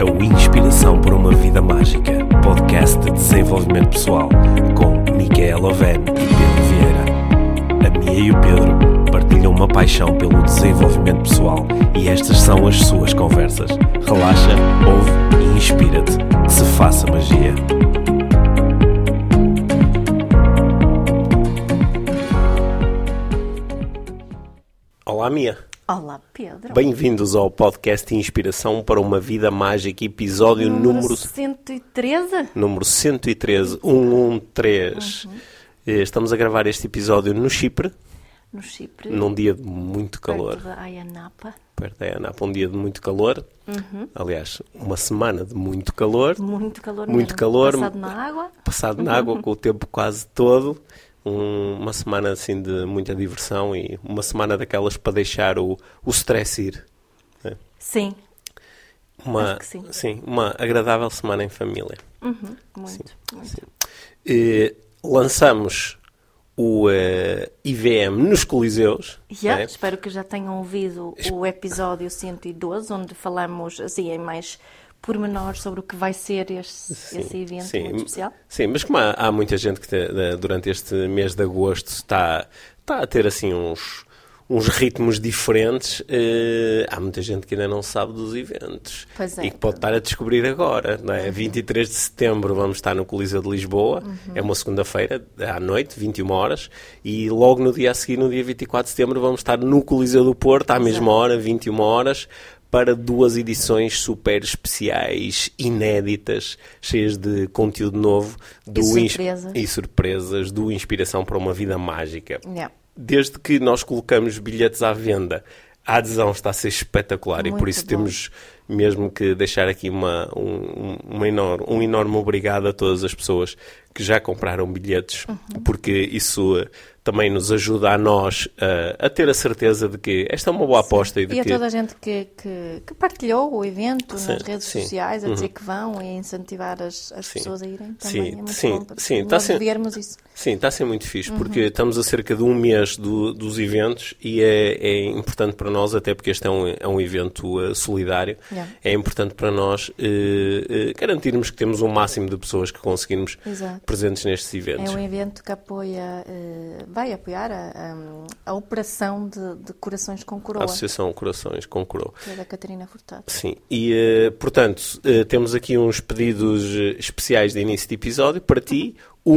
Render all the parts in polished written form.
é o Inspiração por uma Vida Mágica, podcast de desenvolvimento pessoal, com Micaela Oven e Pedro Vieira. A Mia e o Pedro partilham uma paixão pelo desenvolvimento pessoal e estas são as suas conversas. Relaxa, ouve e inspira-te. Que se faça magia. Olá, Mia. Olá, Pedro. Bem-vindos ao podcast Inspiração para uma Vida Mágica, episódio número 113? Número 113, 113. Estamos a gravar este episódio no Chipre. No Chipre. Num dia de muito calor. Perto da Ayia Napa. Perto da Ayia Napa, um dia de muito calor. Aliás, uma semana de muito calor. Muito calor Muito mesmo. calor. Passado na água. Passado na água, com o tempo quase todo. Uma semana assim de muita diversão e uma semana daquelas para deixar o stress ir. Né? Sim. Acho que sim. Sim, uma agradável semana em família. Muito. Lançamos o IVM nos Coliseus. Né? Espero que já tenham ouvido o episódio 112, onde falamos assim em mais pormenores sobre o que vai ser esse evento muito especial. Sim, mas como há muita gente que durante este mês de agosto está a ter assim uns ritmos diferentes, há muita gente que ainda não sabe dos eventos e que pode estar a descobrir agora. Não é? 23 de setembro vamos estar no Coliseu de Lisboa, é uma segunda-feira à noite, 21 horas, e logo no dia a seguir, no dia 24 de setembro, vamos estar no Coliseu do Porto, à mesma hora, 21 horas, para 2 edições super especiais, inéditas, cheias de conteúdo novo e surpresas do Inspiração para uma Vida Mágica. Desde que nós colocamos bilhetes à venda, a adesão está a ser espetacular. Muito e por isso temos mesmo que deixar aqui um enorme obrigado a todas as pessoas que já compraram bilhetes, porque isso também nos ajuda a nós a ter a certeza de que esta é uma boa aposta. E a toda a gente que partilhou o evento nas redes sociais, a dizer que vão e incentivar as pessoas a irem também. É muito bom para vermos isso. Sim, está a ser muito fixe, porque estamos a cerca de um mês dos eventos e é importante para nós, até porque este é um evento solidário, é importante para nós garantirmos que temos um máximo de pessoas que conseguimos presentes nestes eventos. É um evento que vai apoiar a operação de Corações com Coroa. A Associação Corações com Coroa. Que é da Catarina Furtado. Sim, e portanto, temos aqui uns pedidos especiais de início de episódio para ti.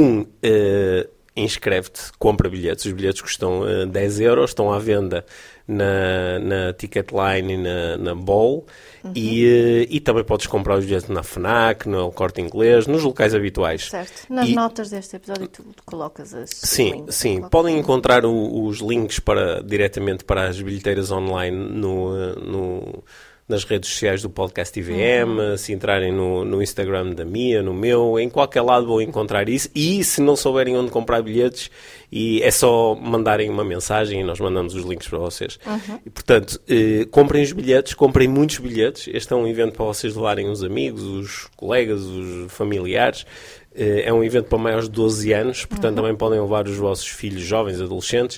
Inscreve-te, compra bilhetes. Os bilhetes custam 10 euros, estão à venda na Ticketline e na Bol. E também podes comprar os bilhetes na FNAC, no Corte Inglês, nos locais habituais. Certo. Nas notas deste episódio tu colocas os links. Sim. Podem encontrar os links diretamente para as bilheteiras online nas redes sociais do podcast IVM, se entrarem no Instagram da Mia, no meu, em qualquer lado vão encontrar isso. E se não souberem onde comprar bilhetes, é só mandarem uma mensagem e nós mandamos os links para vocês. E, portanto, comprem os bilhetes, comprem muitos bilhetes. Este é um evento para vocês levarem os amigos, os colegas, os familiares. É um evento para maiores de 12 anos, portanto também podem levar os vossos filhos jovens, adolescentes.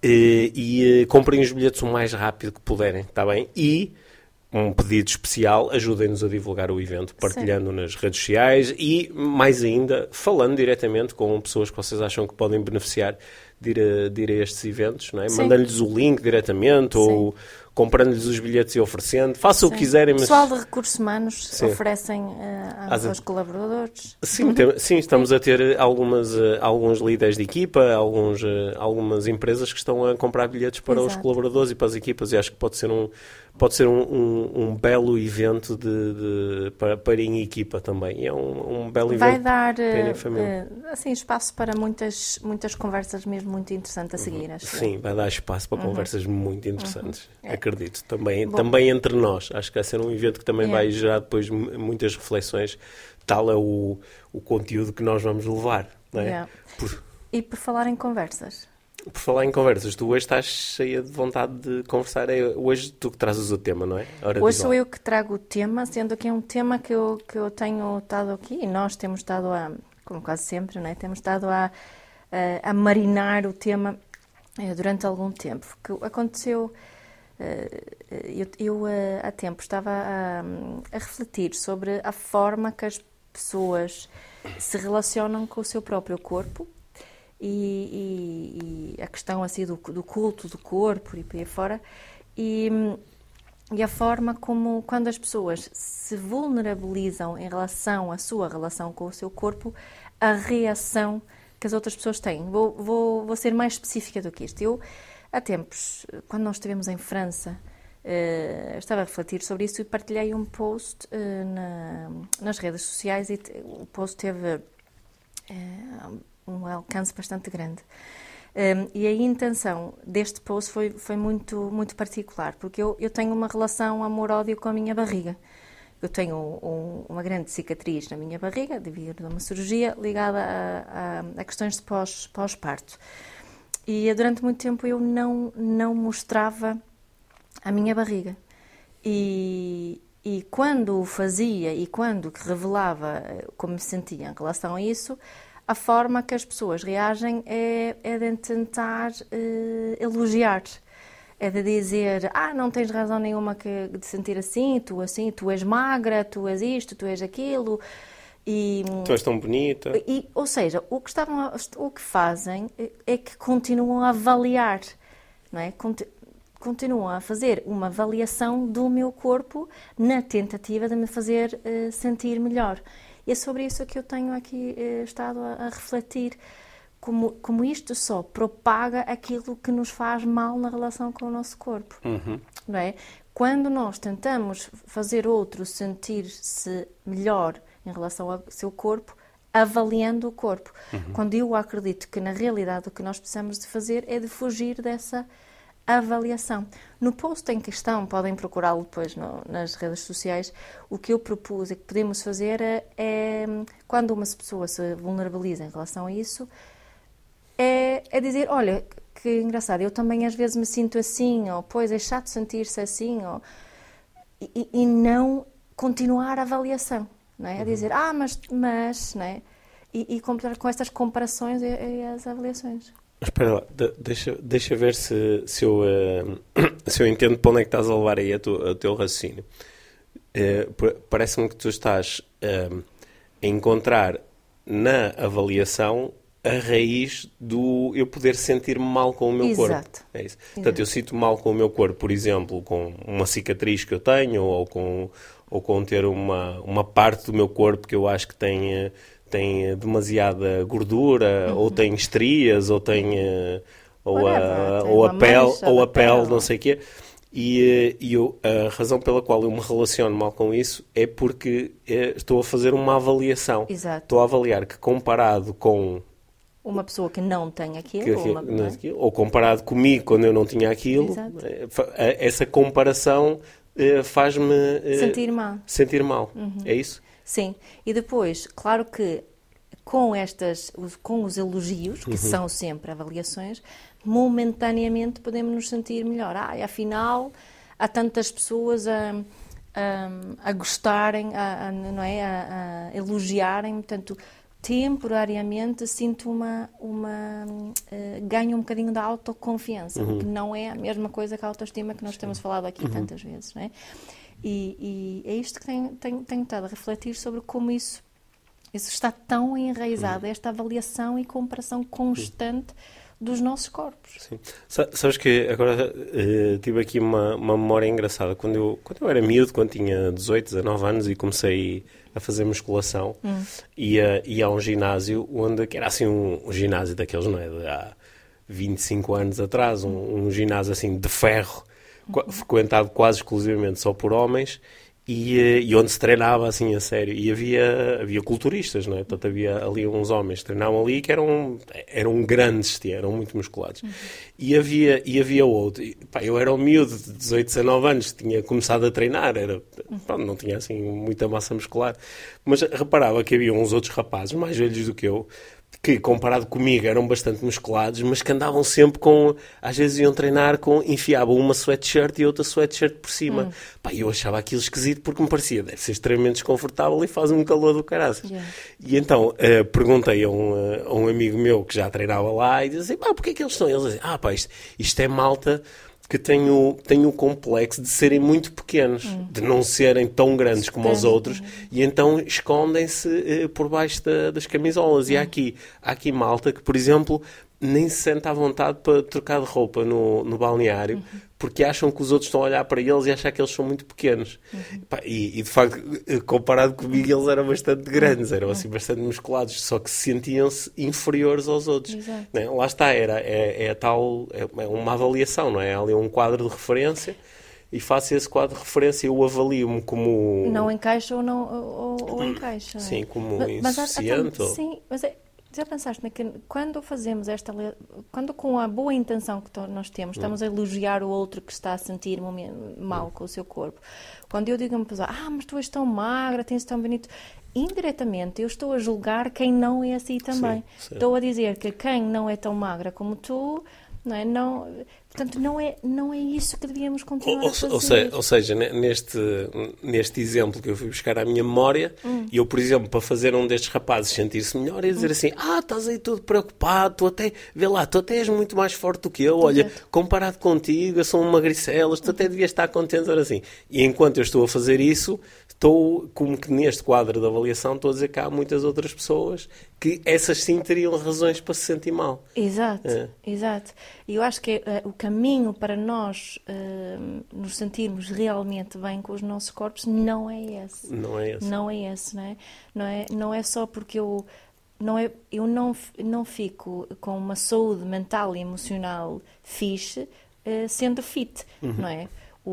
E comprem os bilhetes o mais rápido que puderem, está bem? E um pedido especial, ajudem-nos a divulgar o evento, partilhando nas redes sociais e, mais ainda, falando diretamente com pessoas que vocês acham que podem beneficiar de ir a estes eventos, não é? Mandando-lhes o link diretamente ou comprando-lhes os bilhetes e oferecendo. Façam o que quiserem. Mas... Pessoal de recursos humanos oferecem aos colaboradores. Sim, estamos a ter alguns líderes de equipa, algumas empresas que estão a comprar bilhetes para os colaboradores e para as equipas, e acho que pode ser um belo evento para em equipa também. É um belo evento. Vai dar espaço para muitas conversas mesmo muito interessantes a seguir. Acho. Sim, vai dar espaço para conversas muito interessantes. Acredito. Também entre nós. Acho que vai ser um evento que também vai gerar depois muitas reflexões. Tal é o conteúdo que nós vamos levar. Não é? E por falar em conversas... Por falar em conversas, tu hoje estás cheia de vontade de conversar. É hoje tu que trazes o tema, não é? Hoje sou eu que trago o tema, sendo que é um tema que eu tenho estado aqui, e nós temos estado como quase sempre, não é? Temos estado a marinar o tema durante algum tempo. Que aconteceu eu há tempo estava a refletir sobre a forma que as pessoas se relacionam com o seu próprio corpo e a questão assim do culto do corpo e por aí fora, e a forma como, quando as pessoas se vulnerabilizam em relação à sua relação com o seu corpo, a reação que as outras pessoas têm. Vou ser mais específica do que isto. Eu, há tempos, quando nós estivemos em França, estava a refletir sobre isso e partilhei um post nas redes sociais, e o post teve um alcance bastante grande. E a intenção deste post foi muito, muito particular, porque eu tenho uma relação amor-ódio com a minha barriga. Eu tenho uma grande cicatriz na minha barriga, devido a uma cirurgia ligada a questões de pós-parto. E durante muito tempo eu não mostrava a minha barriga. E quando o fazia e quando revelava como me sentia em relação a isso, a forma que as pessoas reagem é de tentar elogiar. É de dizer, não tens razão nenhuma de sentir assim, tu és magra, tu és isto, tu és aquilo. Tu és tão bonita. Ou seja, o que fazem é que continuam a avaliar, não é? Continuam a fazer uma avaliação do meu corpo na tentativa de me fazer sentir melhor. E é sobre isso que eu tenho aqui estado a refletir. Como isto só propaga aquilo que nos faz mal na relação com o nosso corpo. Não é? Quando nós tentamos fazer outro sentir-se melhor em relação ao seu corpo, avaliando o corpo. Quando eu acredito que, na realidade, o que nós precisamos de fazer é de fugir dessa avaliação. No post em questão, podem procurá-lo depois nas redes sociais, o que eu propus e que podemos fazer é quando uma pessoa se vulnerabiliza em relação a isso, é dizer, olha, que engraçado, eu também às vezes me sinto assim, ou pois é chato sentir-se assim, e não continuar a avaliação, não é? A dizer, mas, não é? E completar com estas comparações e as avaliações. Espera lá, deixa ver se eu entendo para onde é que estás a levar aí o teu raciocínio. Parece-me que tu estás a encontrar na avaliação a raiz do eu poder sentir-me mal com o meu corpo. É isso. Portanto, eu sinto mal com o meu corpo, por exemplo, com uma cicatriz que eu tenho, ou com ter uma parte do meu corpo que eu acho que tem demasiada gordura, ou tem estrias, ou tem a pele, não sei o quê. E a razão pela qual eu me relaciono mal com isso é porque estou a fazer uma avaliação. Exato. Estou a avaliar que, comparado com uma pessoa que não tem aquilo, ou comparado comigo quando eu não tinha aquilo, essa comparação faz-me sentir mal. É isso? Sim. E depois, claro que com os elogios, que são sempre avaliações, momentaneamente podemos nos sentir melhor. Afinal, há tantas pessoas a gostarem, não é? a elogiarem, portanto, temporariamente sinto ganho um bocadinho da autoconfiança, que não é a mesma coisa que a autoestima que nós temos falado aqui tantas vezes, não é? E é isto que tenho estado a refletir sobre como isso está tão enraizado, esta avaliação e comparação constante dos nossos corpos. Sim. Sabes que agora tive aqui uma memória engraçada. Quando eu era miúdo, quando tinha 18, 19 anos e comecei a fazer musculação, ia a um ginásio que era assim um ginásio daqueles, não é? De há 25 anos atrás, um ginásio assim de ferro, frequentado quase exclusivamente só por homens, e onde se treinava assim a sério. E havia culturistas, não é? Portanto, havia ali uns homens que treinavam ali que eram grandes, eram muito musculados. E havia outro. Eu era um miúdo de 18, 19 anos, tinha começado a treinar, não tinha assim muita massa muscular. Mas reparava que havia uns outros rapazes mais velhos do que eu, que comparado comigo eram bastante musculados, mas que andavam sempre às vezes iam treinar enfiavam uma sweatshirt e outra sweatshirt por cima. Eu achava aquilo esquisito porque me parecia, deve ser extremamente desconfortável e faz um calor do caraças. E então perguntei a um amigo meu que já treinava lá e dizia, porquê é que eles estão? Eles dizem, isto é malta que têm o complexo de serem muito pequenos, de não serem tão grandes como os outros, e então escondem-se por baixo das camisolas. E há aqui malta que, por exemplo, nem se sente à vontade para trocar de roupa no balneário, porque acham que os outros estão a olhar para eles e acham que eles são muito pequenos. E de facto, comparado comigo, eles eram bastante grandes, eram assim bastante musculados, só que sentiam-se inferiores aos outros. Né? Lá está, é uma avaliação, não é? Há ali um quadro de referência, e faço esse quadro de referência e eu avalio-me como... Não encaixa ou encaixa. Sim, como insuficiente. Sim, mas já pensaste que quando fazemos quando com a boa intenção que nós temos, estamos a elogiar o outro que está a sentir mal com o seu corpo. Quando eu digo a uma pessoa, mas tu és tão magra, tens tão bonito, indiretamente eu estou a julgar quem não é assim também. Sim. Estou a dizer que quem não é tão magra como tu, não é? Portanto, não é isso que devíamos continuar a fazer. Ou seja, neste exemplo que eu fui buscar à minha memória, eu, por exemplo, para fazer um destes rapazes sentir-se melhor, ia dizer assim, estás aí todo preocupado, tu até és muito mais forte do que eu, olha, comparado contigo, eu sou um magricelas, tu até devias estar contente, assim. E enquanto eu estou a fazer isso, estou, como que neste quadro de avaliação, estou a dizer que há muitas outras pessoas que essas sim teriam razões para se sentir mal. Exato. E eu acho que o caminho para nós nos sentirmos realmente bem com os nossos corpos não é esse. Não é esse. Não é só porque eu não fico com uma saúde mental e emocional fixe sendo fit, não é?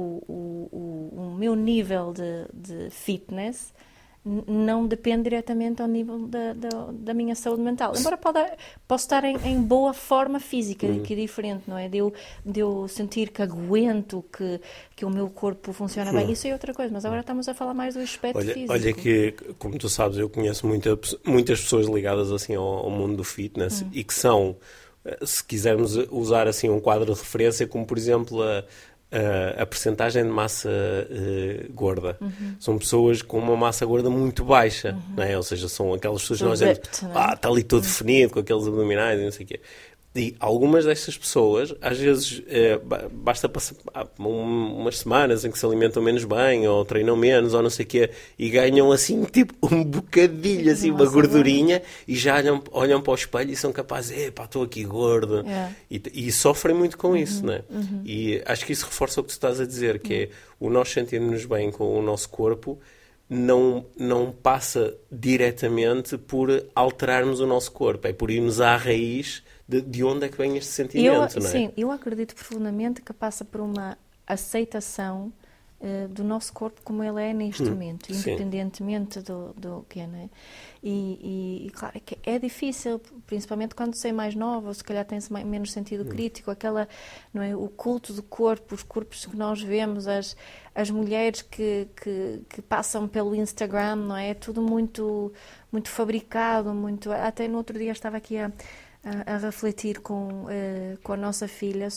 O meu nível de fitness não depende diretamente ao nível da minha saúde mental. Embora possa estar em boa forma física, que é diferente, não é? De eu sentir que aguento, que o meu corpo funciona bem. Isso é outra coisa, mas agora estamos a falar mais do aspecto físico. Olha que, como tu sabes, eu conheço muitas pessoas ligadas assim ao mundo do fitness e que são, se quisermos usar assim um quadro de referência, como por exemplo a percentagem de massa gorda. São pessoas com uma massa gorda muito baixa, não é? Ou seja, são aquelas pessoas que nós dizemos, está ali todo definido, com aqueles abdominais e não sei o quê. E algumas destas pessoas, às vezes, basta passar umas semanas em que se alimentam menos bem, ou treinam menos, ou não sei o quê, e ganham assim, tipo, um bocadinho, assim, uma gordurinha, e já olham para o espelho e são capazes, estou aqui gordo. E sofrem muito com isso, não é? E acho que isso reforça o que tu estás a dizer, que é o nós sentirmos bem com o nosso corpo, não passa diretamente por alterarmos o nosso corpo, é por irmos à raiz de onde é que vem este sentimento, não é? Sim, eu acredito profundamente que passa por uma aceitação do nosso corpo como ele é neste momento, independentemente do que é, não é? E claro, que é difícil, principalmente quando se é mais nova, ou se calhar tem-se menos sentido crítico, não é? O culto do corpo, os corpos que nós vemos, as mulheres que passam pelo Instagram, não é? É tudo muito, muito fabricado, até no outro dia estava aqui a refletir com a nossa filha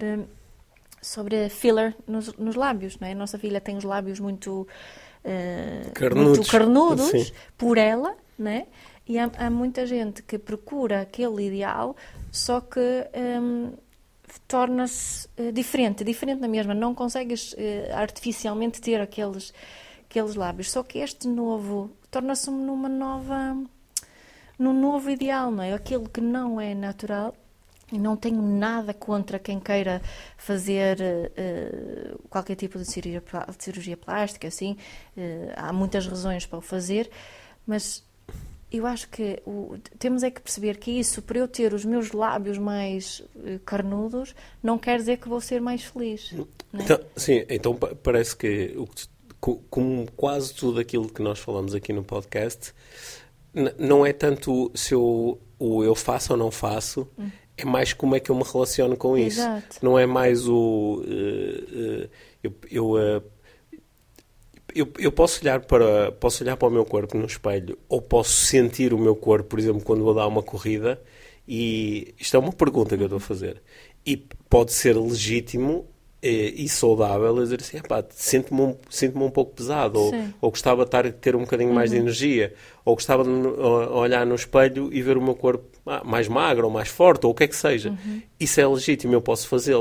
sobre filler nos lábios, não é? A nossa filha tem os lábios muito carnudos por ela, não é? E há muita gente que procura aquele ideal, só que torna-se diferente na mesma, não consegues artificialmente ter aqueles lábios, só que este novo torna-se num novo ideal, não é? Aquilo que não é natural. E não tenho nada contra quem queira fazer qualquer tipo de cirurgia plástica, assim. Há muitas razões para o fazer, mas eu acho que temos é que perceber que isso, para eu ter os meus lábios mais carnudos, não quer dizer que vou ser mais feliz. Não é? Então parece que, como quase tudo aquilo que nós falamos aqui no podcast, não é tanto se eu faço ou não faço, é mais como é que eu me relaciono com isso. Exato. Não é mais eu posso olhar para o meu corpo no espelho, ou posso sentir o meu corpo, por exemplo, quando vou dar uma corrida, e isto é uma pergunta que eu estou a fazer. E pode ser legítimo e saudável dizer assim, sinto-me um pouco pesado, ou gostava de ter um bocadinho mais de energia, ou gostava de olhar no espelho e ver o meu corpo mais magro ou mais forte, ou o que é que seja. Isso é legítimo, eu posso fazê-lo.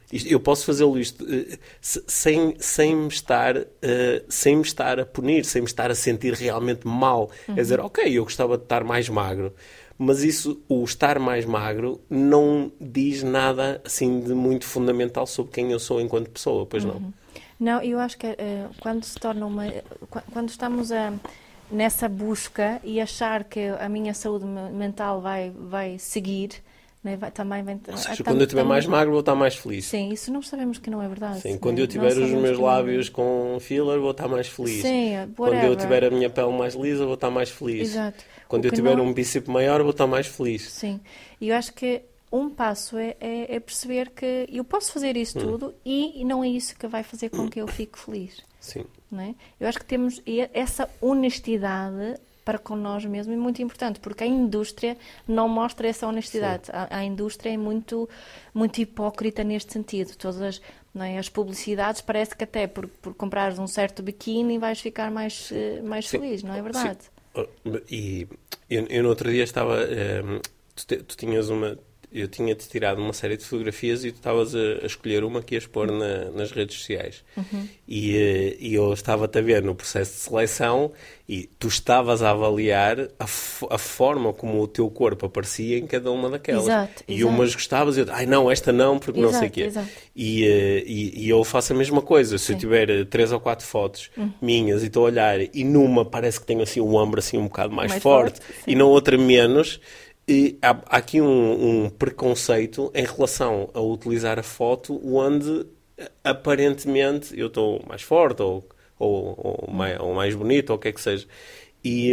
Eu posso fazê-lo isto sem me estar a punir, sem me estar a sentir realmente mal. É dizer, ok, eu gostava de estar mais magro, mas isso, o estar mais magro, não diz nada assim de muito fundamental sobre quem eu sou enquanto pessoa, pois não? Não, eu acho que quando se torna quando estamos nessa busca e achar que a minha saúde mental vai seguir, né, também vem... Ou seja, quando eu estiver mais magro vou estar mais feliz. Sim, isso não sabemos que não é verdade. Sim, quando eu tiver os meus lábios com filler vou estar mais feliz. Sim, quando eu tiver a minha pele mais lisa vou estar mais feliz. Exato. Quando eu tiver um bíceps maior vou estar mais feliz. Sim, e eu acho que um passo é perceber que eu posso fazer isso tudo e não é isso que vai fazer com que eu fique feliz. Sim. Não é? Eu acho que temos essa honestidade para com nós mesmos é muito importante, porque a indústria não mostra essa honestidade. A indústria é muito, muito hipócrita neste sentido. Todas as publicidades, parece que até por comprares um certo biquíni vais ficar mais feliz, não é verdade? Sim. E eu no outro dia estava... tu tinhas eu tinha-te tirado uma série de fotografias e tu estavas a escolher uma que ias pôr nas redes sociais. E eu estava-te a ver no processo de seleção e tu estavas a avaliar a forma como o teu corpo aparecia em cada uma daquelas. Exato, e umas gostavas e eu, não, esta não, porque não sei o quê. Exato. E eu faço a mesma coisa. Se eu tiver 3 ou 4 fotos minhas e estou a olhar e numa parece que tenho assim um ombro assim um bocado mais forte e na outra menos... E há aqui um preconceito em relação a utilizar a foto onde aparentemente eu estou mais forte ou mais bonito ou o que é que seja. E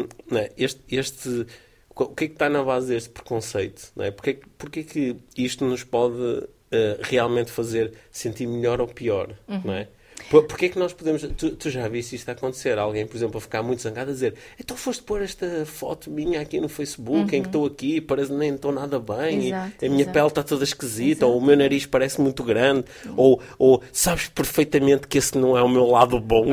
o que é que está na base deste preconceito? Não é? Porque é que isto nos pode realmente fazer sentir melhor ou pior? Não é? Porque é que nós podemos... Tu já viste isto acontecer? Alguém, por exemplo, a ficar muito zangado a dizer então foste pôr esta foto minha aqui no Facebook em que estou aqui, parece nem estou nada bem, a minha pele está toda esquisita, ou o meu nariz parece muito grande, ou sabes perfeitamente que esse não é o meu lado bom.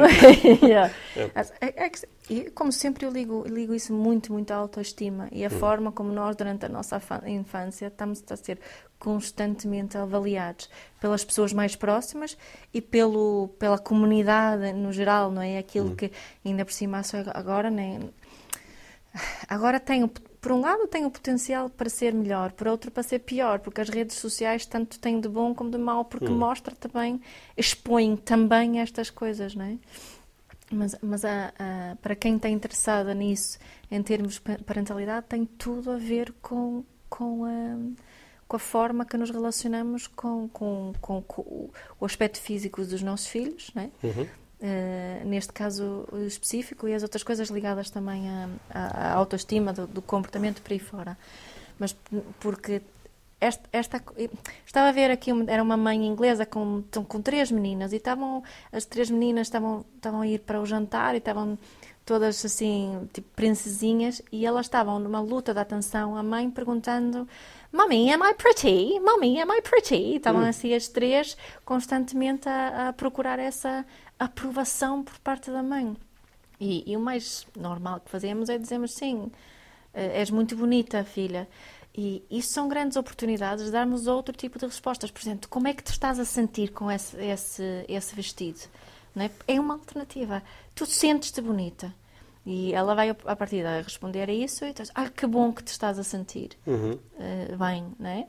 E, como sempre, eu ligo isso muito à autoestima e a forma como nós, durante a nossa infância, estamos a ser constantemente avaliados pelas pessoas mais próximas e pela comunidade no geral, não é? Aquilo que, ainda por cima, agora, né? Agora por um lado, tem o potencial para ser melhor, por outro, para ser pior, porque as redes sociais tanto têm de bom como de mau, porque mostra também, expõem também estas coisas, não é? Mas para quem está interessada nisso, em termos de parentalidade, tem tudo a ver com a forma que nos relacionamos com o aspecto físico dos nossos filhos, não é? Neste caso específico, e as outras coisas ligadas também à autoestima, do comportamento por aí fora. Mas porque... estava a ver aqui, era uma mãe inglesa com 3 meninas e as 3 meninas estavam a ir para o jantar e estavam todas assim, tipo princesinhas, e elas estavam numa luta de atenção, a mãe perguntando Mommy, am I pretty? Mommy, am I pretty? Estavam assim as 3 constantemente a procurar essa aprovação por parte da mãe. E o mais normal que fazemos é dizermos sim, és muito bonita, filha. E isso são grandes oportunidades de darmos outro tipo de respostas. Por exemplo, como é que te estás a sentir com esse vestido? Não é? É uma alternativa. Tu sentes-te bonita. E ela vai, a partir daí, responder a isso e diz, que bom que te estás a sentir. Bem, não é?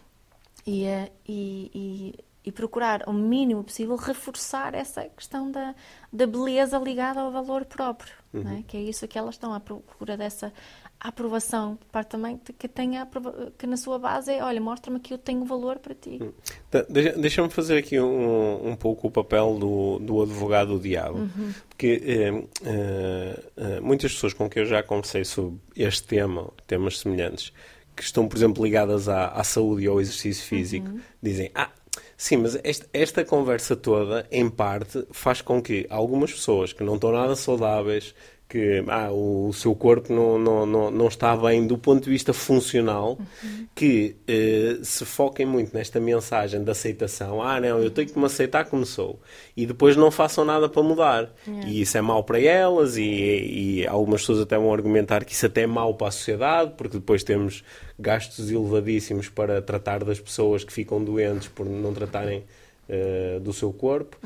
E procurar o mínimo possível reforçar essa questão da beleza ligada ao valor próprio. Não é? Que é isso que elas estão à procura dessa aprovação, de parte também que na sua base é, olha, mostra-me que eu tenho valor para ti. Deixa-me fazer aqui um pouco o papel do advogado do diabo, porque muitas pessoas com quem eu já conversei sobre este temas semelhantes, que estão, por exemplo, ligadas à saúde e ao exercício físico, dizem, sim, mas esta conversa toda, em parte, faz com que algumas pessoas que não estão nada saudáveis, que o seu corpo não está bem do ponto de vista funcional, que se foquem muito nesta mensagem de aceitação. Não, eu tenho que me aceitar como sou. E depois não façam nada para mudar. E isso é mau para elas e algumas pessoas até vão argumentar que isso até é mau para a sociedade, porque depois temos gastos elevadíssimos para tratar das pessoas que ficam doentes por não tratarem do seu corpo.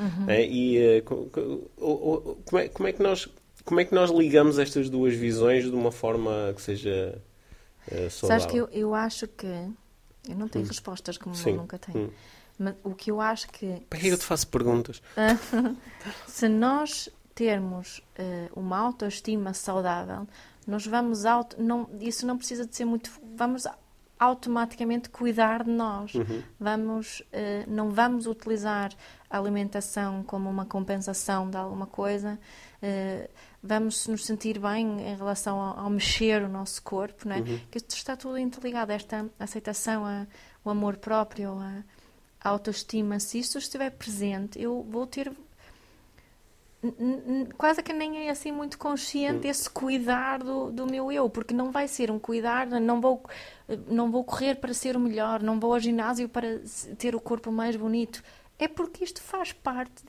Como é que nós ligamos estas duas visões de uma forma que seja saudável? Sabes que eu acho que... Eu não tenho respostas, como eu nunca tenho. Mas o que eu acho que... Para que eu te faço perguntas? Se nós termos uma autoestima saudável, nós vamos... isso não precisa de ser muito... Vamos automaticamente cuidar de nós. Não vamos utilizar a alimentação como uma compensação de alguma coisa. Vamos nos sentir bem em relação ao mexer o nosso corpo, não é? Que isto está tudo interligado, esta aceitação, o amor próprio, a autoestima. Se isto estiver presente, eu vou ter quase que nem é assim muito consciente esse cuidar do meu eu, porque não vai ser um cuidar, não vou correr para ser o melhor, não vou ao ginásio para ter o corpo mais bonito. É porque isto faz parte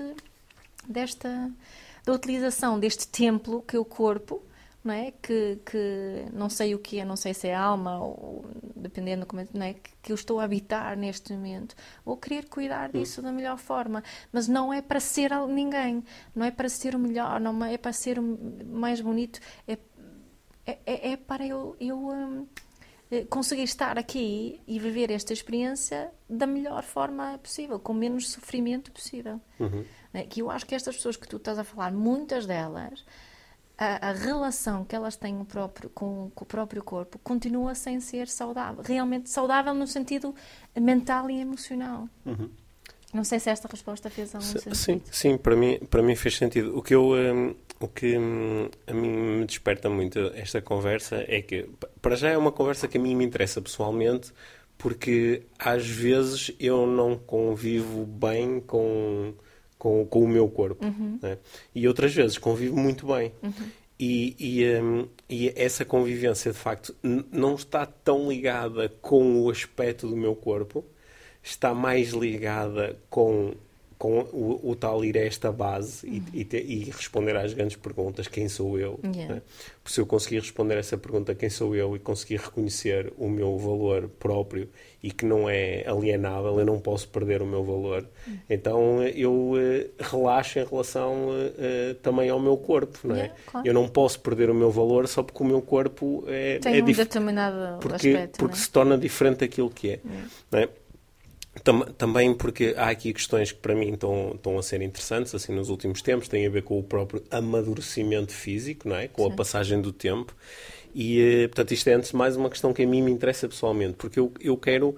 da utilização deste templo que é o corpo, não é? Que não sei o que é, não sei se é alma ou dependendo como é, não é? Que eu estou a habitar neste momento. Vou querer cuidar disso da melhor forma, mas não é para ser ninguém, não é para ser o melhor, não é para ser o mais bonito, é para eu conseguir estar aqui e viver esta experiência da melhor forma possível, com menos sofrimento possível. Que eu acho que estas pessoas que tu estás a falar, muitas delas, a relação que elas têm com o próprio corpo continua sem ser saudável. Realmente saudável no sentido mental e emocional. Não sei se esta resposta fez algum sentido. Sim, para mim fez sentido. O que a mim me desperta muito esta conversa é que, para já, é uma conversa que a mim me interessa pessoalmente, porque às vezes eu não convivo bem com o meu corpo. Né? E outras vezes convivo muito bem. E essa convivência, de facto, não está tão ligada com o aspecto do meu corpo, está mais ligada com o tal ir a esta base e responder às grandes perguntas: quem sou eu? Né? Se eu conseguir responder a essa pergunta, quem sou eu, e conseguir reconhecer o meu valor próprio e que não é alienável, eu não posso perder o meu valor, então eu relaxo em relação também ao meu corpo, não é? Claro. Eu não posso perder o meu valor só porque o meu corpo tem um determinado aspecto, porque se torna diferente daquilo que é. Não é? Também porque há aqui questões que para mim estão a ser interessantes assim nos últimos tempos, têm a ver com o próprio amadurecimento físico, não é? Com a passagem do tempo e, portanto, isto é antes de mais uma questão que a mim me interessa pessoalmente, porque eu quero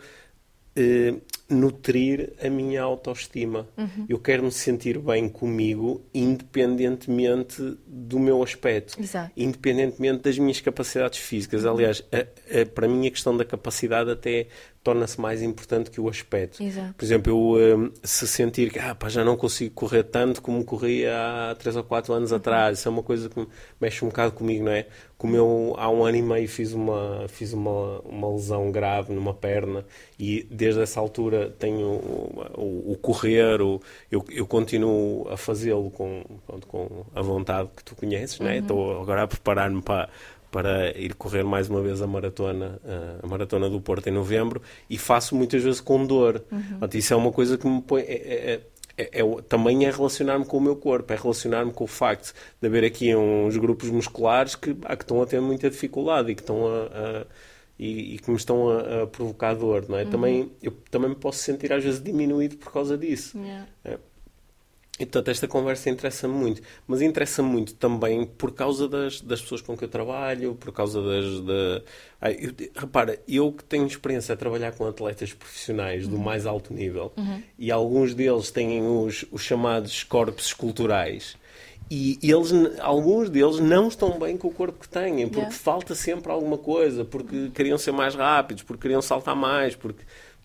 nutrir a minha autoestima. Eu quero me sentir bem comigo independentemente do meu aspecto. Exato. Independentemente das minhas capacidades físicas. Aliás, para mim a questão da capacidade até torna-se mais importante que o aspecto. Exato. Por exemplo, eu se sentir que já não consigo correr tanto como corria há 3 ou 4 anos atrás, isso é uma coisa que mexe um bocado comigo, não é? Como eu há 1 ano e meio fiz uma lesão grave numa perna e desde essa altura tenho o correr, eu continuo a fazê-lo com a vontade que tu conheces, não é? Estou agora a preparar-me para ir correr mais uma vez a maratona do Porto em novembro e faço muitas vezes com dor. Isso é uma coisa que me põe... também é relacionar-me com o meu corpo, é relacionar-me com o facto de haver aqui uns grupos musculares que estão a ter muita dificuldade e que estão e que me estão a provocar dor, não é? Eu também me posso sentir às vezes diminuído por causa disso. E, portanto, esta conversa interessa-me muito, mas interessa-me muito também por causa das pessoas com que eu trabalho, por causa repara, eu que tenho experiência a trabalhar com atletas profissionais do mais alto nível, e alguns deles têm os chamados corpos esculturais, e alguns deles não estão bem com o corpo que têm, porque falta sempre alguma coisa, porque queriam ser mais rápidos, porque queriam saltar mais, porque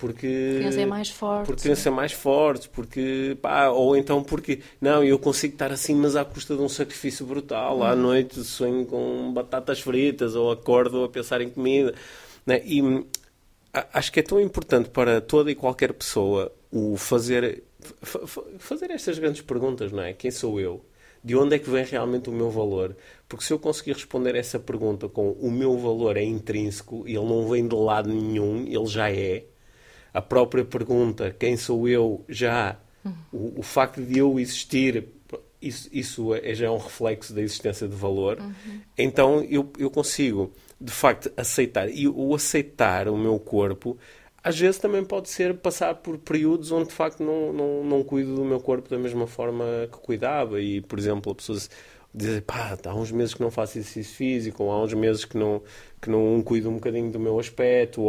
porque queriam ser mais fortes. Porque queriam ser mais fortes, porque, ou então porque, não, eu consigo estar assim, mas à custa de um sacrifício brutal. À noite sonho com batatas fritas, ou acordo a pensar em comida. Né? E acho que é tão importante para toda e qualquer pessoa o fazer estas grandes perguntas, não é? Quem sou eu? De onde é que vem realmente o meu valor? Porque se eu conseguir responder essa pergunta com o meu valor é intrínseco, ele não vem de lado nenhum, ele já é. A própria pergunta, quem sou eu, já, o facto de eu existir, isso já é um reflexo da existência de valor. Então eu consigo, de facto, aceitar. E o aceitar o meu corpo, às vezes também pode ser passar por períodos onde de facto não cuido do meu corpo da mesma forma que cuidava. E, por exemplo, a pessoa dizer, há uns meses que não faço exercício físico, ou há uns meses que não cuido um bocadinho do meu aspecto,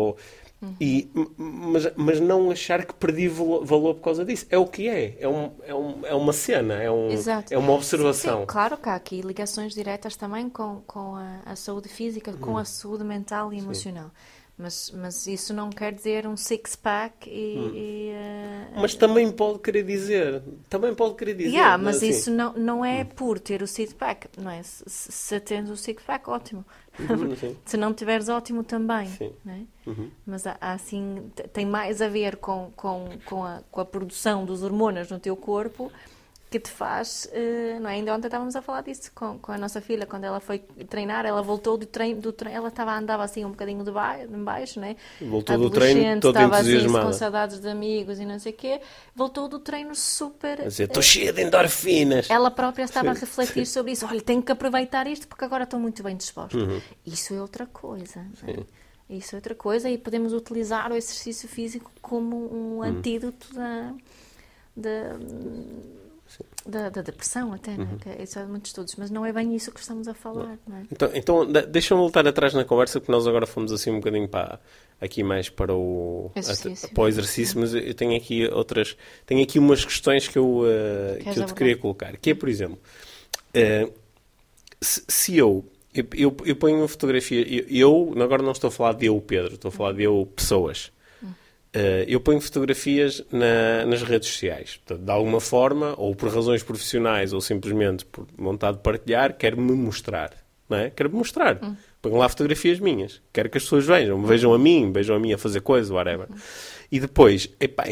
mas não achar que perdi valor por causa disso. É o que é. É uma cena, é uma observação. Sim, claro que há aqui ligações diretas também com a saúde física, com a saúde mental e emocional. Mas isso não quer dizer um six-pack Mas também pode querer dizer. Mas assim, isso não é por ter o six-pack, não é? Se tens o six-pack, ótimo. Se não tiveres, ótimo também. Não é? Mas assim, tem mais a ver com a produção dos hormonas no teu corpo, que te faz, não é? Ainda ontem estávamos a falar disso com a nossa filha, quando ela foi treinar, ela voltou do treino, ela andava assim um bocadinho de baixo, não é? Voltou do treino toda entusiasmada. Assim, com saudades de amigos e não sei o quê, voltou do treino super... Estou cheia de endorfinas. Ela própria estava a refletir sobre isso. Olha, tenho que aproveitar isto porque agora estou muito bem disposta. Isso é outra coisa, não é? Isso é outra coisa, e podemos utilizar o exercício físico como um antídoto da depressão até, não é? Isso há muitos estudos, mas não é bem isso que estamos a falar, não é? Então deixa-me voltar atrás na conversa, porque nós agora fomos assim um bocadinho aqui mais para o exercício, mas eu tenho aqui umas questões que eu te queria colocar, que é, por exemplo, se eu ponho uma fotografia, agora não estou a falar de eu, Pedro, estou a falar de eu, pessoas. Eu ponho fotografias nas redes sociais. Portanto, de alguma forma, ou por razões profissionais, ou simplesmente por vontade de partilhar, quero-me mostrar. Não é? Quero-me mostrar. Ponho lá fotografias minhas. Quero que as pessoas vejam a mim a fazer coisas, whatever. E depois,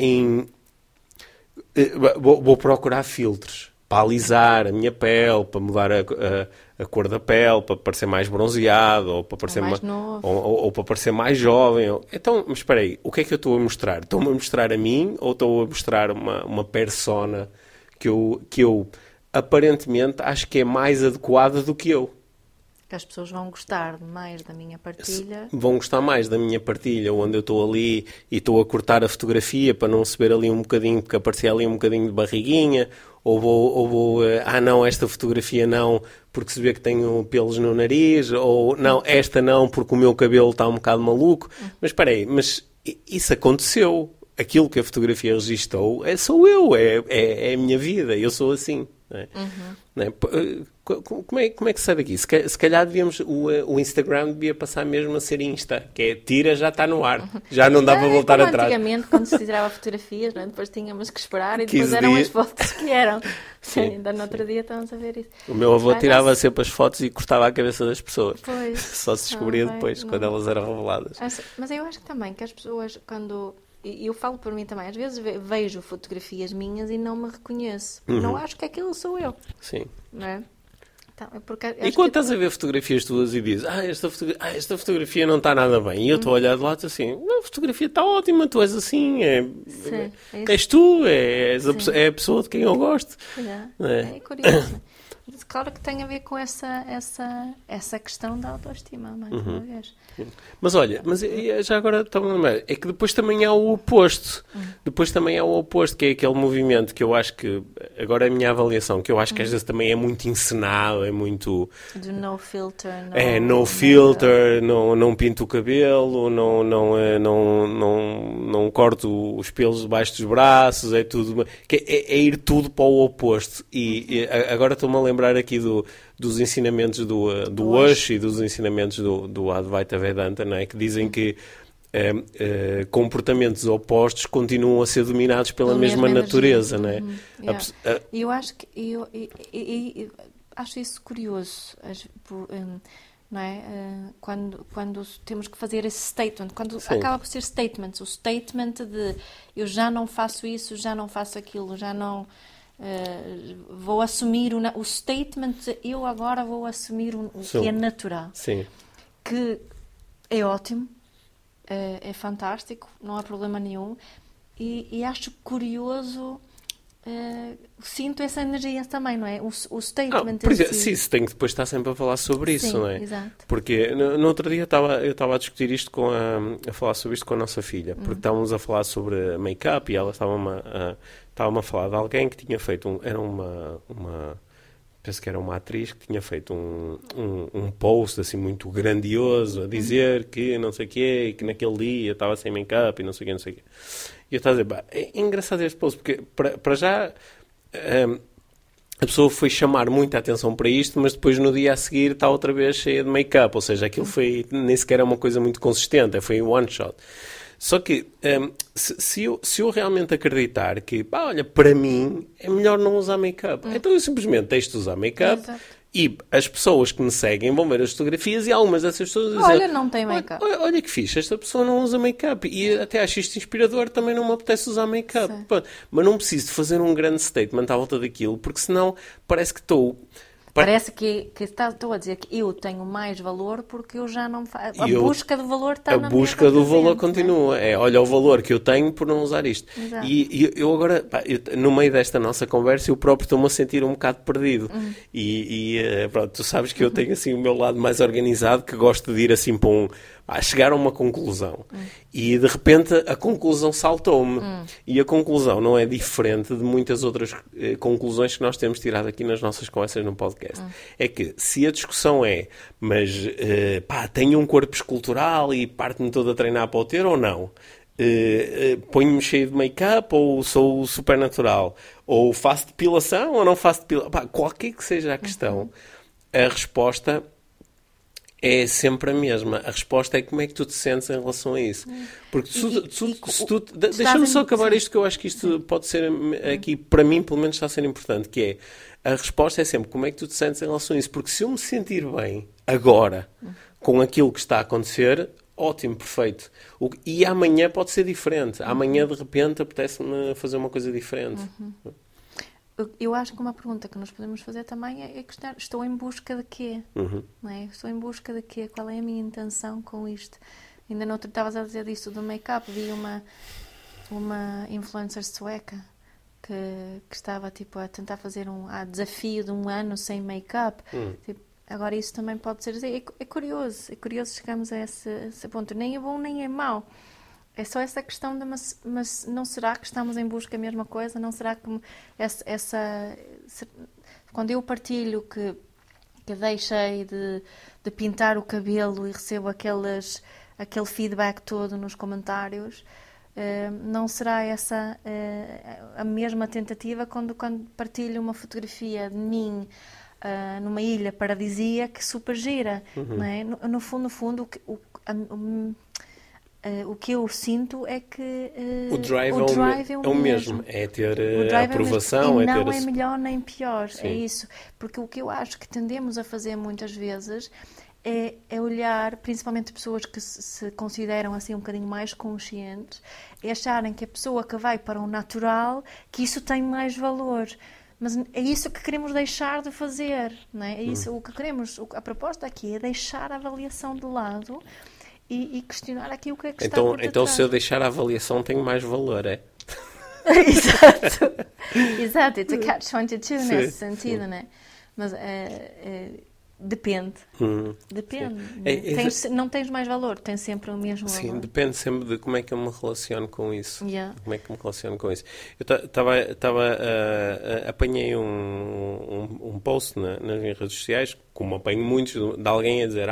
vou procurar filtros para alisar a minha pele, para mudar a cor da pele, para parecer mais bronzeado, ou para parecer mais novo, ou para parecer mais jovem. Então, mas espera aí, o que é que eu estou a mostrar? Estou-me a mostrar a mim, ou estou a mostrar uma persona que eu aparentemente acho que é mais adequada do que eu? Que as pessoas vão gostar mais da minha partilha. Vão gostar mais da minha partilha, onde eu estou ali e estou a cortar a fotografia para não se ver ali um bocadinho, porque aparecia ali um bocadinho de barriguinha, ou vou não, esta fotografia não, porque se vê que tenho pelos no nariz, ou não, esta não, porque o meu cabelo está um bocado maluco. Mas espera aí, mas isso aconteceu. Aquilo que a fotografia registou sou eu, é a minha vida, eu sou assim. Não é? Não é? Como é que sai daqui? Se calhar o Instagram devia passar mesmo a ser Insta, que é tira, já está no ar, já não dá para voltar atrás. Antigamente, quando se tirava fotografias, não é? Depois tínhamos que esperar e depois eram as fotos que eram. Ainda no outro dia estávamos a ver isso. O meu avô tirava sempre as fotos e cortava a cabeça das pessoas. Pois. Só se descobria depois, quando elas eram reveladas. Mas eu acho que também que as pessoas, quando... E eu falo por mim também, às vezes vejo fotografias minhas e não me reconheço. Não acho que aquilo sou eu. Sim. Não é? Então, e quando estás a ver fotografias tuas e dizes esta fotografia não está nada bem, e eu estou a olhar de lá e estou assim, a fotografia está ótima, tu és assim, és tu, é a pessoa de quem eu gosto. É curioso. Claro que tem a ver com essa questão da autoestima, mais uma vez. Mas olha, já agora estava a lembrar, é que depois também há o oposto. Depois também há o oposto, que é aquele movimento que eu acho que, agora é a minha avaliação, que eu acho que às vezes também é muito encenado, é muito... Do no filter. No filter, não pinto o cabelo, não corto os pelos debaixo dos braços, é tudo... É ir tudo para o oposto. E agora estou-me a lembrar aqui dos ensinamentos do Osho e dos ensinamentos do Advaita Vedanta, não é? Que dizem que comportamentos opostos continuam a ser dominados pela mesma natureza, não é? Eu acho que eu acho isso curioso, não é? Quando temos que fazer esse statement, quando acaba por ser statement, o statement de eu já não faço isso, já não faço aquilo, já não vou assumir o statement de eu agora vou assumir o que é natural. Sim. Que é ótimo, é fantástico, não há problema nenhum, e acho curioso, sinto essa energia também, não é? O statement por exemplo, sim, se tem que depois estar sempre a falar sobre isso, não é? Exato. Porque no outro dia eu estava a discutir isto a falar sobre isto com a nossa filha, porque estávamos a falar sobre make-up e ela estava-me a falar de alguém que tinha feito penso que era uma atriz que tinha feito um post assim muito grandioso a dizer que não sei o quê e que naquele dia estava sem make-up e não sei o quê, não sei o quê. E eu estava a dizer, é engraçado este post, porque para já a pessoa foi chamar muita atenção para isto, mas depois no dia a seguir está outra vez cheia de make-up, ou seja, aquilo nem sequer é uma coisa muito consistente, foi um one shot. Só que se eu realmente acreditar que, olha, para mim é melhor não usar make-up, então eu simplesmente deixo de usar make-up. E as pessoas que me seguem vão ver as fotografias e algumas dessas pessoas dizem, olha, não tem make-up. Olha que fixe, esta pessoa não usa make-up. E até acho isto inspirador, também não me apetece usar make-up. Mas não preciso de fazer um grande statement à volta daquilo, porque senão parece que estou... Parece que estou a dizer que eu tenho mais valor porque eu já não faço. Busca do valor está na minha busca do valor continua. Olha o valor que eu tenho por não usar isto. E eu agora, no meio desta nossa conversa, eu próprio estou-me a sentir um bocado perdido. Pronto, tu sabes que eu tenho assim o meu lado mais organizado, que gosto de ir assim para chegar a uma conclusão. E de repente a conclusão saltou-me. E a conclusão não é diferente de muitas outras conclusões que nós temos tirado aqui nas nossas conversas no podcast. É que se a discussão mas tenho um corpo escultural e parte-me todo a treinar para o ter ou não? Ponho-me cheio de make-up ou sou super natural? Ou faço depilação ou não faço depilação? Qualquer que seja a questão, a resposta é sempre a mesma. A resposta é como é que tu te sentes em relação a isso. Porque deixa-me só acabar isto, que eu acho que isto pode ser aqui, para mim, pelo menos está a ser importante, que é, a resposta é sempre como é que tu te sentes em relação a isso. Porque se eu me sentir bem agora com aquilo que está a acontecer, ótimo, perfeito. E amanhã pode ser diferente. Amanhã, de repente, apetece-me fazer uma coisa diferente. Eu acho que uma pergunta que nós podemos fazer também é questionar, estou em busca de quê? Não é? Estou em busca de quê? Qual é a minha intenção com isto? Ainda no outro estavas a dizer disso do make-up, vi uma influencer sueca que estava a tentar fazer desafio de 1 ano sem make-up. Agora isso também pode ser... É curioso chegarmos a esse ponto. Nem é bom, nem é mau. É só essa questão de, mas não será que estamos em busca da mesma coisa? Não será que quando eu partilho que deixei de pintar o cabelo e recebo aquele feedback todo nos comentários, não será essa a mesma tentativa quando partilho uma fotografia de mim numa ilha paradisíaca super gira? Não é? No fundo, o que eu sinto é que o drive é o mesmo. É ter aprovação. E não é melhor nem pior. Sim. É isso. Porque o que eu acho que tendemos a fazer muitas vezes é olhar, principalmente pessoas que se consideram assim um bocadinho mais conscientes, é acharem que a pessoa que vai para o natural, que isso tem mais valor. Mas é isso que queremos deixar de fazer. Não é? É isso, o que queremos. A proposta aqui é deixar a avaliação de lado e questionar aqui o que é que está por detrás. Então, se eu deixar a avaliação, tenho mais valor, é? Exato. It's a catch-22 nesse sentido, né? Mas depende. Depende. Não tens mais valor, tens sempre o mesmo valor. Sim, depende sempre de como é que eu me relaciono com isso. Como é que eu me relaciono com isso. Eu apanhei um post nas minhas redes sociais, como apanho muitos, de alguém a dizer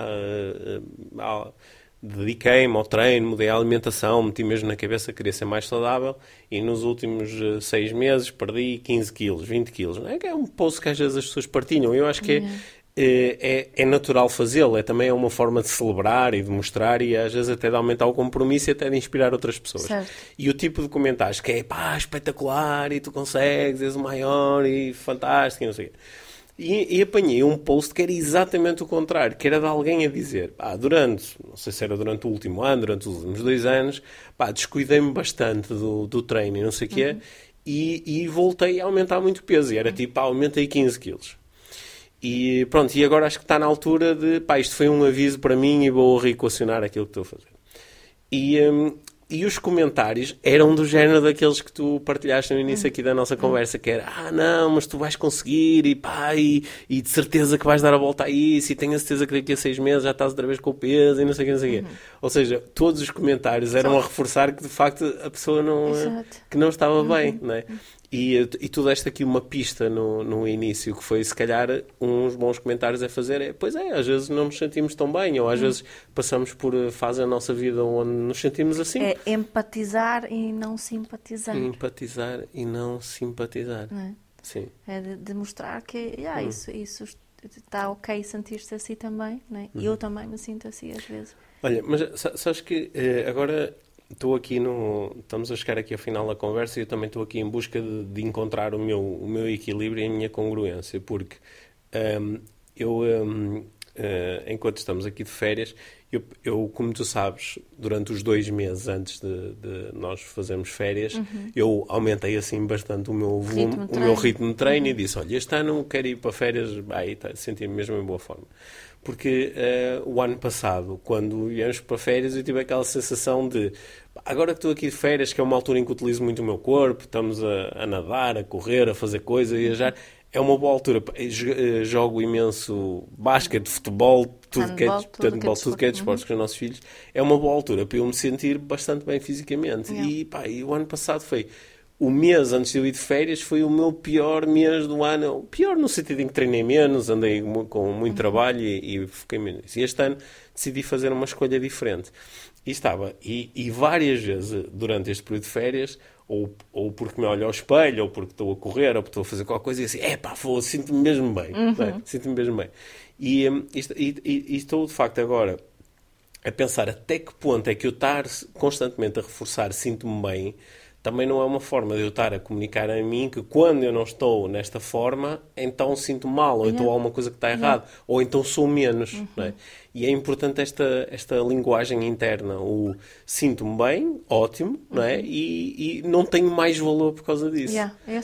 dediquei-me ao treino, mudei a alimentação, meti mesmo na cabeça que queria ser mais saudável e nos últimos 6 meses perdi 15 quilos, 20 quilos. É um post que às vezes as pessoas partilham. Eu acho que é natural fazê-lo, também é uma forma de celebrar e de mostrar e às vezes até de aumentar o compromisso e até de inspirar outras pessoas. Certo. E o tipo de comentários que é pá, espetacular e tu consegues, és o maior e fantástico e não sei o quê. E apanhei um post que era exatamente o contrário, que era de alguém a dizer, não sei se era durante o último ano, durante os últimos 2 anos, descuidei-me bastante do treino e não sei o quê, e voltei a aumentar muito peso, e era tipo, aumentei 15 quilos. E pronto, e agora acho que está na altura de, isto foi um aviso para mim e vou reequacionar aquilo que estou a fazer. E os comentários eram do género daqueles que tu partilhaste no início aqui da nossa conversa, que era, não, mas tu vais conseguir, e de certeza que vais dar a volta a isso, e tenho a certeza que daqui a 6 meses já estás outra vez com o peso, e não sei o que, não sei o quê. Ou seja, todos os comentários eram a reforçar que, de facto, a pessoa que não estava bem, não é? E tu deste aqui uma pista no início, que foi, se calhar, uns bons comentários a fazer. Pois é, às vezes não nos sentimos tão bem, ou às vezes passamos por fase da nossa vida onde nos sentimos assim. É empatizar e não simpatizar. Empatizar e não simpatizar. Não é? Sim. É de mostrar que isso está ok sentir-se assim também, não é? Eu também me sinto assim às vezes. Olha, mas sabes que agora... Estamos a chegar aqui ao final da conversa e eu também estou aqui em busca de encontrar o meu equilíbrio e a minha congruência, porque enquanto estamos aqui de férias, eu, como tu sabes, durante os 2 meses antes de nós fazermos férias, eu aumentei assim bastante o meu volume, o meu ritmo de treino e disse, olha, este ano quero ir para férias, senti-me mesmo em boa forma. Porque o ano passado, quando íamos para férias, eu tive aquela sensação de, agora que estou aqui de férias, que é uma altura em que utilizo muito o meu corpo, estamos a nadar, a correr, a fazer coisas, a viajar, é uma boa altura. Jogo imenso basquete, futebol, tudo que é desportos com os nossos filhos. É uma boa altura para eu me sentir bastante bem fisicamente. E o ano passado foi... O mês antes de eu ir de férias foi o meu pior mês do ano. Pior no sentido em que treinei menos, andei com muito trabalho e foquei menos. E este ano decidi fazer uma escolha diferente. E várias vezes durante este período de férias, ou porque me olho ao espelho, ou porque estou a correr, ou porque estou a fazer qualquer coisa, e assim, sinto-me mesmo bem. Sinto-me mesmo bem. E estou, de facto, agora a pensar até que ponto é que eu estar constantemente a reforçar sinto-me bem, também não é uma forma de eu estar a comunicar a mim que quando eu não estou nesta forma, então sinto mal, ou então há alguma coisa que está errada, ou então sou menos. Não é? E é importante esta linguagem interna, o sinto-me bem, ótimo, não é? E não tenho mais valor por causa disso.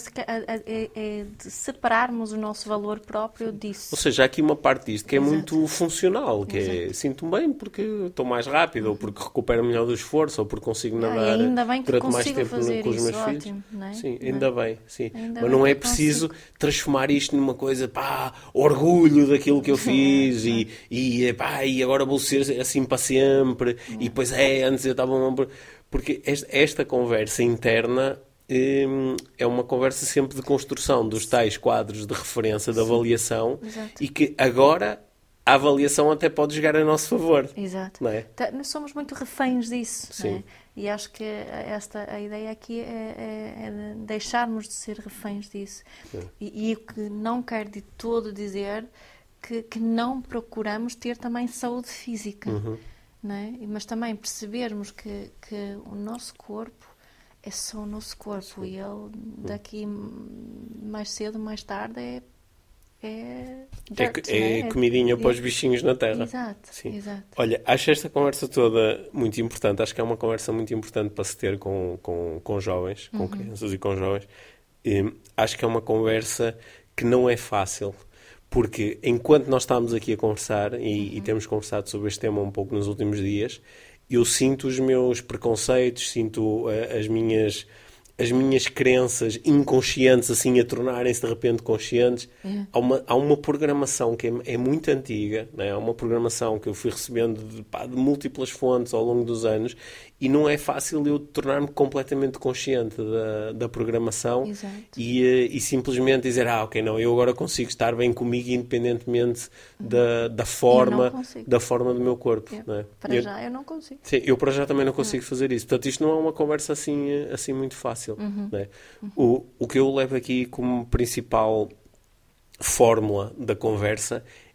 É de separarmos o nosso valor próprio disso. Ou seja, há aqui uma parte disto que é muito funcional, que é sinto-me bem porque estou mais rápido, ou porque recupero melhor do esforço, ou porque consigo nadar durante mais tempo com os meus filhos. Não é? Sim, ainda bem. Sim. Mas não é preciso transformar isto numa coisa, orgulho daquilo que eu fiz e agora vou ser assim para sempre. E depois antes eu estava... Porque esta conversa interna é uma conversa sempre de construção dos tais quadros de referência, de avaliação. Exato. E que agora a avaliação até pode jogar a nosso favor. Exato. Não é? Nós somos muito reféns disso. Sim. Não é? E acho que a ideia aqui é de deixarmos de ser reféns disso. E o que não quer de todo dizer que não procuramos ter também saúde física. Não é? Mas também percebermos que o nosso corpo é só o nosso corpo. E ele daqui mais cedo, mais tarde comidinha para os bichinhos na terra. Exato. Olha, acho esta conversa toda muito importante. Acho que é uma conversa muito importante para se ter com jovens, com crianças e com jovens. Acho que é uma conversa que não é fácil, porque enquanto nós estamos aqui a conversar e temos conversado sobre este tema um pouco nos últimos dias, eu sinto os meus preconceitos, sinto as minhas crenças inconscientes assim a tornarem-se de repente conscientes. Há uma programação que é muito antiga, né? Há uma programação que eu fui recebendo de múltiplas fontes ao longo dos anos e não é fácil eu tornar-me completamente consciente da programação e simplesmente dizer, ok, não, eu agora consigo estar bem comigo independentemente da forma do meu corpo. Né? Para já eu não consigo. Sim, eu para já também não consigo fazer isso. Portanto, isto não é uma conversa assim muito fácil. Né? O que eu levo aqui como principal fórmula da conversa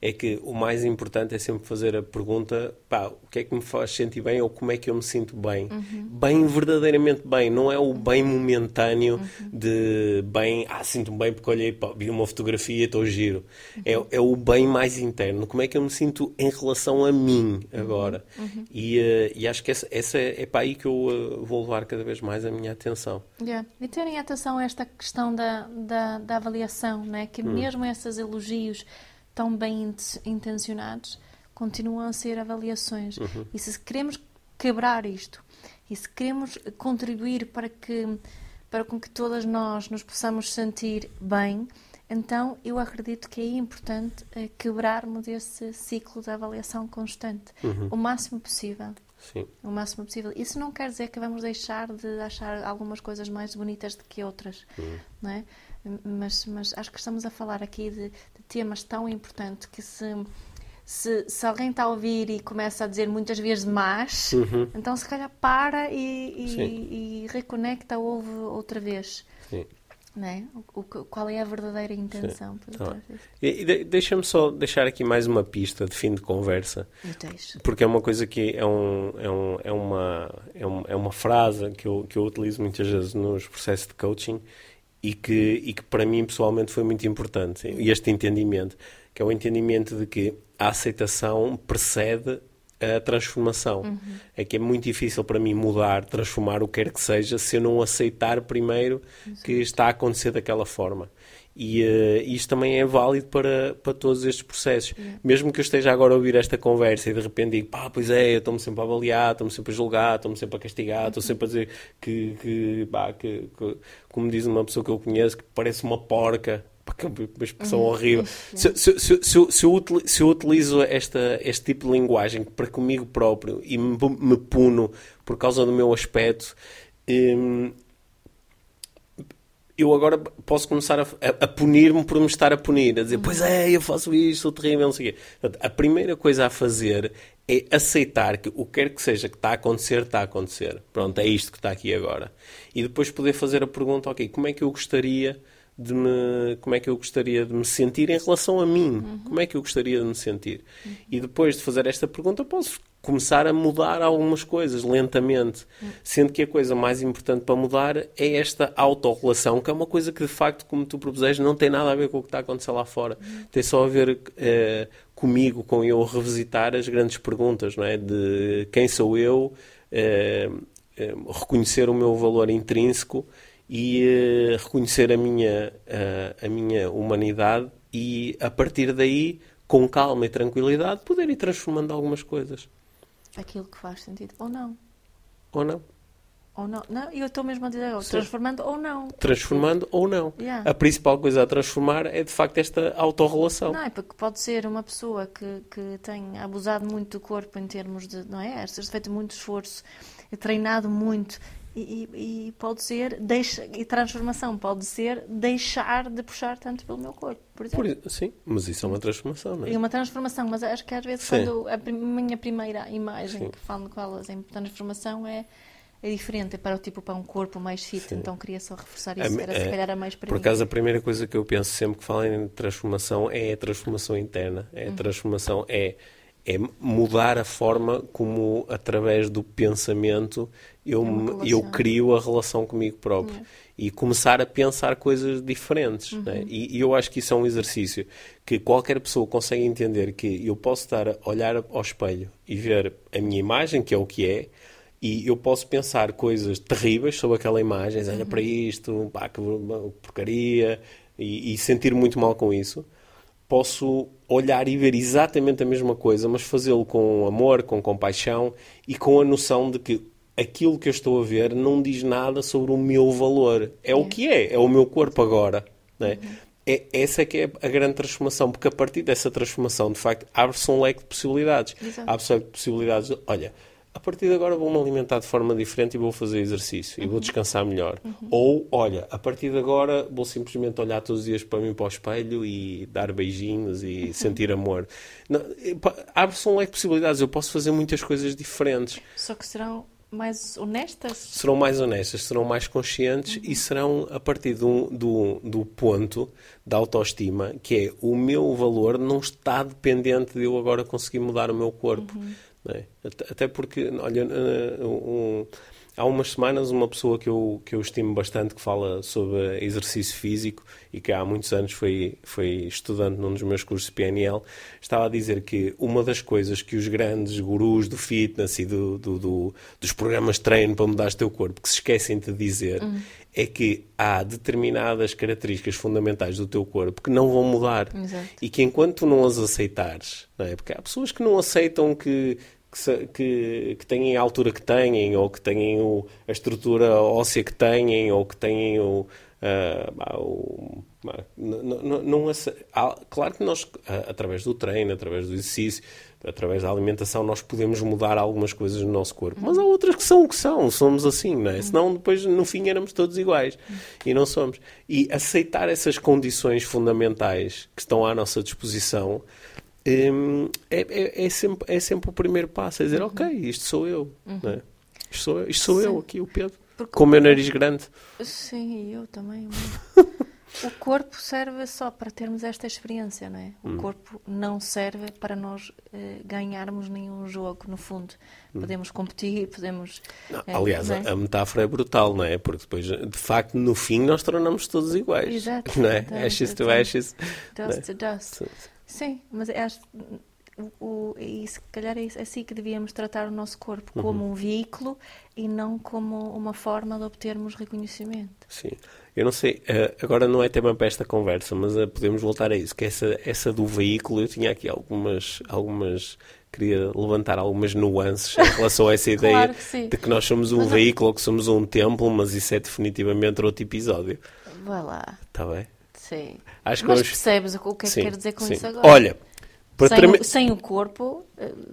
é que o mais importante é sempre fazer a pergunta, o que é que me faz sentir bem ou como é que eu me sinto bem? Bem, verdadeiramente bem, não é o bem momentâneo de bem, sinto-me bem porque olhei, vi uma fotografia e estou giro. É o bem mais interno, como é que eu me sinto em relação a mim agora. E acho que essa é para aí que eu vou levar cada vez mais a minha atenção. E terem atenção a esta questão da avaliação, né? Que mesmo esses elogios tão bem intencionados continuam a ser avaliações. E se queremos quebrar isto, e se queremos contribuir para com que todas nós nos possamos sentir bem, então eu acredito que é importante quebrarmos esse ciclo de avaliação constante, o máximo possível. Sim. O máximo possível. Isso não quer dizer que vamos deixar de achar algumas coisas mais bonitas do que outras, não é? Mas acho que estamos a falar aqui de temas tão importantes que se alguém está a ouvir e começa a dizer muitas vezes mas, então se calhar para e reconecta, ouve outra vez. Sim. Não é? Qual é a verdadeira intenção? E deixa-me só deixar aqui mais uma pista de fim de conversa. Porque é uma coisa que é uma frase que eu utilizo muitas vezes nos processos de coaching e que para mim pessoalmente foi muito importante. Este entendimento, que é o entendimento de que a aceitação precede a transformação. É que é muito difícil para mim mudar, transformar o que quer que seja, se eu não aceitar primeiro que está a acontecer daquela forma. E isto também é válido para todos estes processos. Mesmo que eu esteja agora a ouvir esta conversa e de repente digo, pois é, eu estou-me sempre a avaliar, estou-me sempre a julgar, estou-me sempre a castigar, estou sempre a dizer que como diz uma pessoa que eu conheço, que parece uma porca. Que é uma expressão horrível. Se eu utilizo este tipo de linguagem para comigo próprio e me puno por causa do meu aspecto, eu agora posso começar a punir-me por me estar a punir, a dizer, pois é, eu faço isto, sou terrível, não sei o quê. Portanto, a primeira coisa a fazer é aceitar que o que quer que seja que está a acontecer, está a acontecer. Pronto, é isto que está aqui agora. E depois poder fazer a pergunta, ok, como é que eu gostaria de me sentir em relação a mim? Como é que eu gostaria de me sentir? E depois de fazer esta pergunta posso começar a mudar algumas coisas lentamente, sendo que a coisa mais importante para mudar é esta autorrelação, que é uma coisa que de facto, como tu propuseste, não tem nada a ver com o que está a acontecer lá fora. Tem só a ver comigo, com eu revisitar as grandes perguntas, não é? De quem sou eu, reconhecer o meu valor intrínseco e reconhecer a minha humanidade e, a partir daí, com calma e tranquilidade, poder ir transformando algumas coisas. Aquilo que faz sentido. Ou não. Ou não. Ou não. Não, eu estou mesmo a dizer, transformando ou não. Transformando ou não. Yeah. A principal coisa a transformar é, de facto, esta autorrelação. Não, é porque pode ser uma pessoa que tenha abusado muito do corpo em termos de, não é? Ter feito muito esforço, treinado muito. E pode ser, e transformação pode ser deixar de puxar tanto pelo meu corpo, por exemplo. Sim, mas isso é uma transformação, não é? É uma transformação, mas acho que às vezes quando a minha primeira imagem que falo com elas em transformação é diferente, é para um corpo mais fit, então queria só reforçar isso, era se calhar a mais para mim. Por acaso a primeira coisa que eu penso sempre que falo em transformação é a transformação interna, a transformação é mudar a forma como, através do pensamento, eu crio a relação comigo próprio. E começar a pensar coisas diferentes. Né? E eu acho que isso é um exercício que qualquer pessoa consegue entender, que eu posso estar a olhar ao espelho e ver a minha imagem, que é o que é, e eu posso pensar coisas terríveis sobre aquela imagem, olha para isto, que porcaria, e sentir muito mal com isso. Posso olhar e ver exatamente a mesma coisa, mas fazê-lo com amor, com compaixão e com a noção de que aquilo que eu estou a ver não diz nada sobre o meu valor. É o que é o meu corpo agora. Né? Essa é que é a grande transformação, porque a partir dessa transformação, de facto, abre-se um leque de possibilidades. Abre-se um leque de possibilidades de, olha, a partir de agora vou-me alimentar de forma diferente e vou fazer exercício e vou descansar melhor. Ou, olha, a partir de agora vou simplesmente olhar todos os dias para mim, para o espelho e dar beijinhos e sentir amor. Abre-se um leque de possibilidades, eu posso fazer muitas coisas diferentes. Só que serão mais honestas? Serão mais honestas, serão mais conscientes e serão a partir do ponto da autoestima, que é o meu valor não está dependente de eu agora conseguir mudar o meu corpo. Não é? Até porque, olha, há umas semanas uma pessoa que eu estimo bastante, que fala sobre exercício físico e que há muitos anos foi estudante num dos meus cursos de PNL, estava a dizer que uma das coisas que os grandes gurus do fitness e dos programas de treino para mudar o teu corpo que se esquecem de dizer é que há determinadas características fundamentais do teu corpo que não vão mudar. Exato. E que enquanto tu não as aceitares, não é? Porque há pessoas que não aceitam que têm a altura que têm, ou que têm a estrutura óssea que têm, ou que têm claro que nós, através do treino, através do exercício, através da alimentação, nós podemos mudar algumas coisas no nosso corpo. Mas há outras que são o que são, somos assim, não é? Senão depois, no fim, éramos todos iguais. E não somos. E aceitar essas condições fundamentais que estão à nossa disposição é sempre o primeiro passo, é dizer, ok, isto sou eu, não é? Isto sou eu aqui, o Pedro, com o meu nariz grande. Sim, eu também. O corpo serve só para termos esta experiência, não é? O corpo não serve para nós ganharmos nenhum jogo, no fundo. Podemos competir, podemos... Aliás, a metáfora é brutal, não é? Porque depois, de facto, no fim, nós tornamos todos iguais. Exato. Não é? Ashes to ashes. Dust to dust. Sim, mas acho e se calhar é assim que devíamos tratar o nosso corpo, como um veículo e não como uma forma de obtermos reconhecimento. Sim. Eu não sei, agora não é tema para esta conversa, mas podemos voltar a isso, que essa do veículo, eu tinha aqui algumas queria levantar algumas nuances em relação a essa ideia de que nós somos um veículo ou que somos um templo, mas isso é definitivamente outro episódio. Vai lá. Está bem? Sim. Acho mas que percebes o que é que quero dizer com isso agora? Olha, sem o corpo,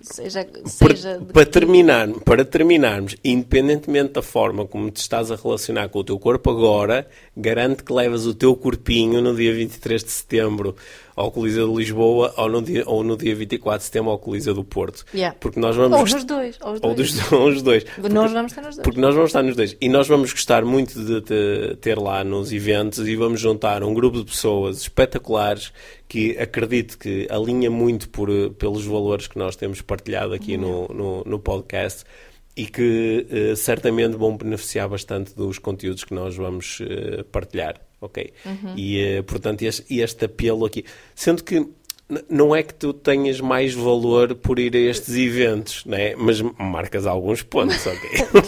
para terminarmos, independentemente da forma como te estás a relacionar com o teu corpo agora, garante que levas o teu corpinho no dia 23 de setembro ao Coliseu de Lisboa ou no dia 24 de setembro ao Coliseu do Porto. Yeah. Porque nós vamos... Ou os dois. Os dois. Nós vamos estar nos dois. Porque nós vamos estar nos dois. E nós vamos gostar muito de te ter lá nos eventos e vamos juntar um grupo de pessoas espetaculares que acredito que alinha muito pelos valores que nós temos partilhado aqui no podcast e que certamente vão beneficiar bastante dos conteúdos que nós vamos partilhar, ok? E, portanto, este apelo aqui, sendo que não é que tu tenhas mais valor por ir a estes eventos, né? Mas marcas alguns pontos, ok?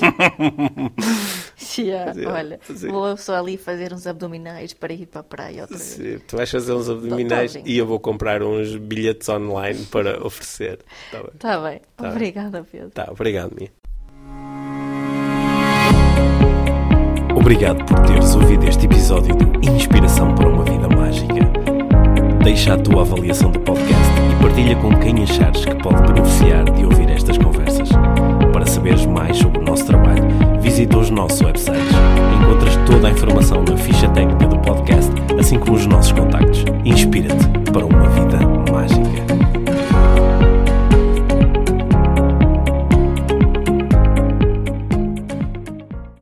Olha, vou só ali fazer uns abdominais para ir para a praia outra vez. Sim, tu vais fazer uns abdominais e eu vou comprar uns bilhetes online para oferecer. Está bem. Obrigada, Pedro. Obrigado, Mia. Obrigado por teres ouvido este episódio de Inspiração para uma Vida Mágica. Deixa a tua avaliação do podcast e partilha com quem achares que pode beneficiar de ouvir estas conversas. Para saberes mais sobre o nosso trabalho, visita os nossos websites. Encontras toda a informação na ficha técnica do podcast, assim como os nossos contactos. Inspira-te para uma vida